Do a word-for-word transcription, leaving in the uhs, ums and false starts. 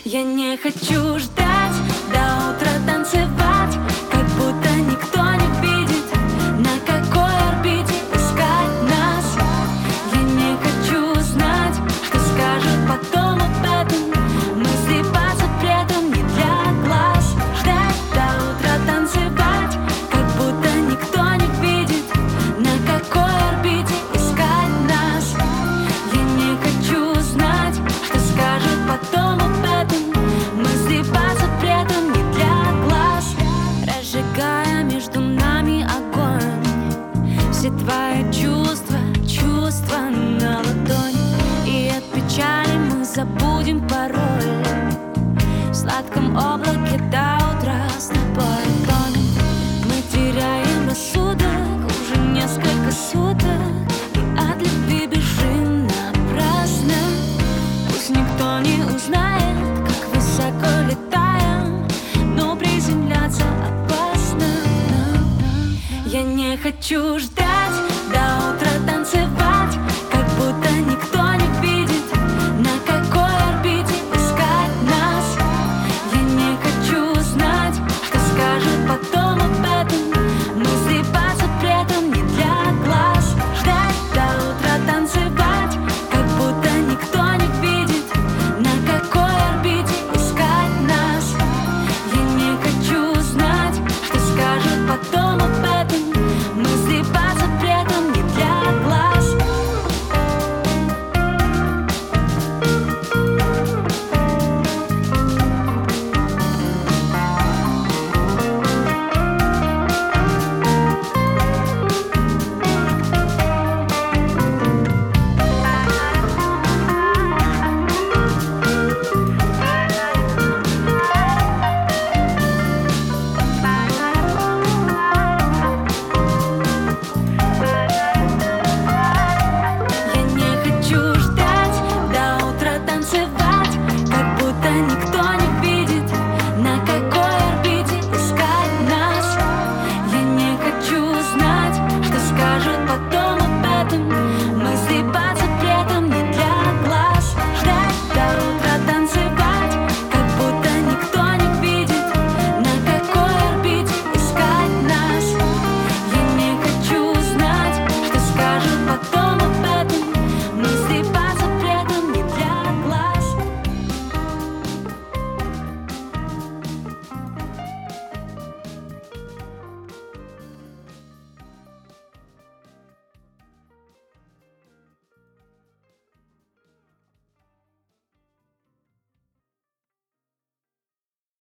Я не хочу ждать до утра, танцевать, как будто никто не видит, на какой орбите искать нас. Я не хочу знать, что скажет потом об этом. Мысли под запретом не для глаз. Ждать до утра, танцевать, как будто никто не видит, на какой орбите искать нас. Я не хочу знать, что скажет потом об этом. Мысли под запретом не для глаз. Разжигая между нами огонь, все твои чувства, чувства на ладони. И от печали мы забудем пароль. В сладком облаке до утра с тобой тонем. Мы теряем рассудок уже несколько суток, и от любви бежим напрасно. Пусть никто не узнает, как высоко летаем, но приземляться опасно. Я не хочу ждать